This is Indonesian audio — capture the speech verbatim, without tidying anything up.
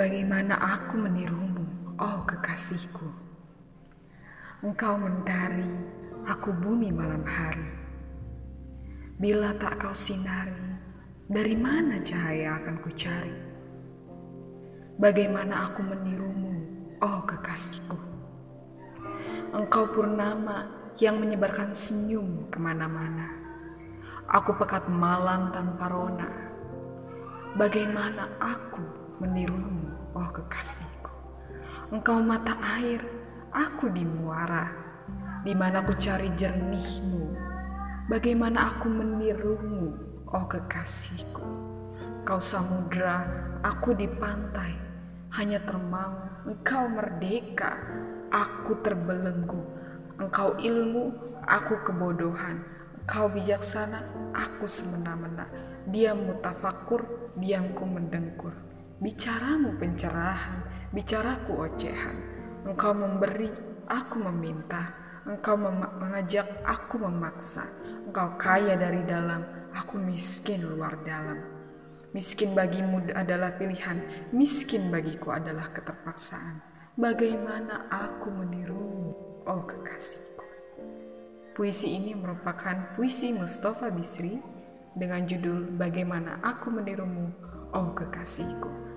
Bagaimana aku menirumu, oh kekasihku. Engkau mentari, aku bumi malam hari. Bila tak kau sinari, dari mana cahaya akan ku cari? Bagaimana aku menirumu, oh kekasihku. Engkau purnama yang menyebarkan senyum kemana-mana. Aku pekat malam tanpa rona. Bagaimana aku menirumu, oh kekasihku. Engkau mata air, aku di muara, di mana ku cari jernihmu. Bagaimana aku menirumu, oh kekasihku. Kau samudra, aku di pantai, hanya termangu. Engkau merdeka, aku terbelenggu. Engkau ilmu, aku kebodohan. Engkau bijaksana, aku semena-mena. Diammu tafakur, diamku mendengkur. Bicaramu pencerahan, bicaraku ocehan. Engkau memberi, aku meminta. Engkau mem- mengajak, aku memaksa. Engkau kaya dari dalam, aku miskin luar dalam. Miskin bagimu adalah pilihan, miskin bagiku adalah keterpaksaan. Bagaimana aku menirumu, oh kekasihku. Puisi ini merupakan puisi Mustafa Bisri dengan judul Bagaimana Aku Menirumu, oh Kekasihku.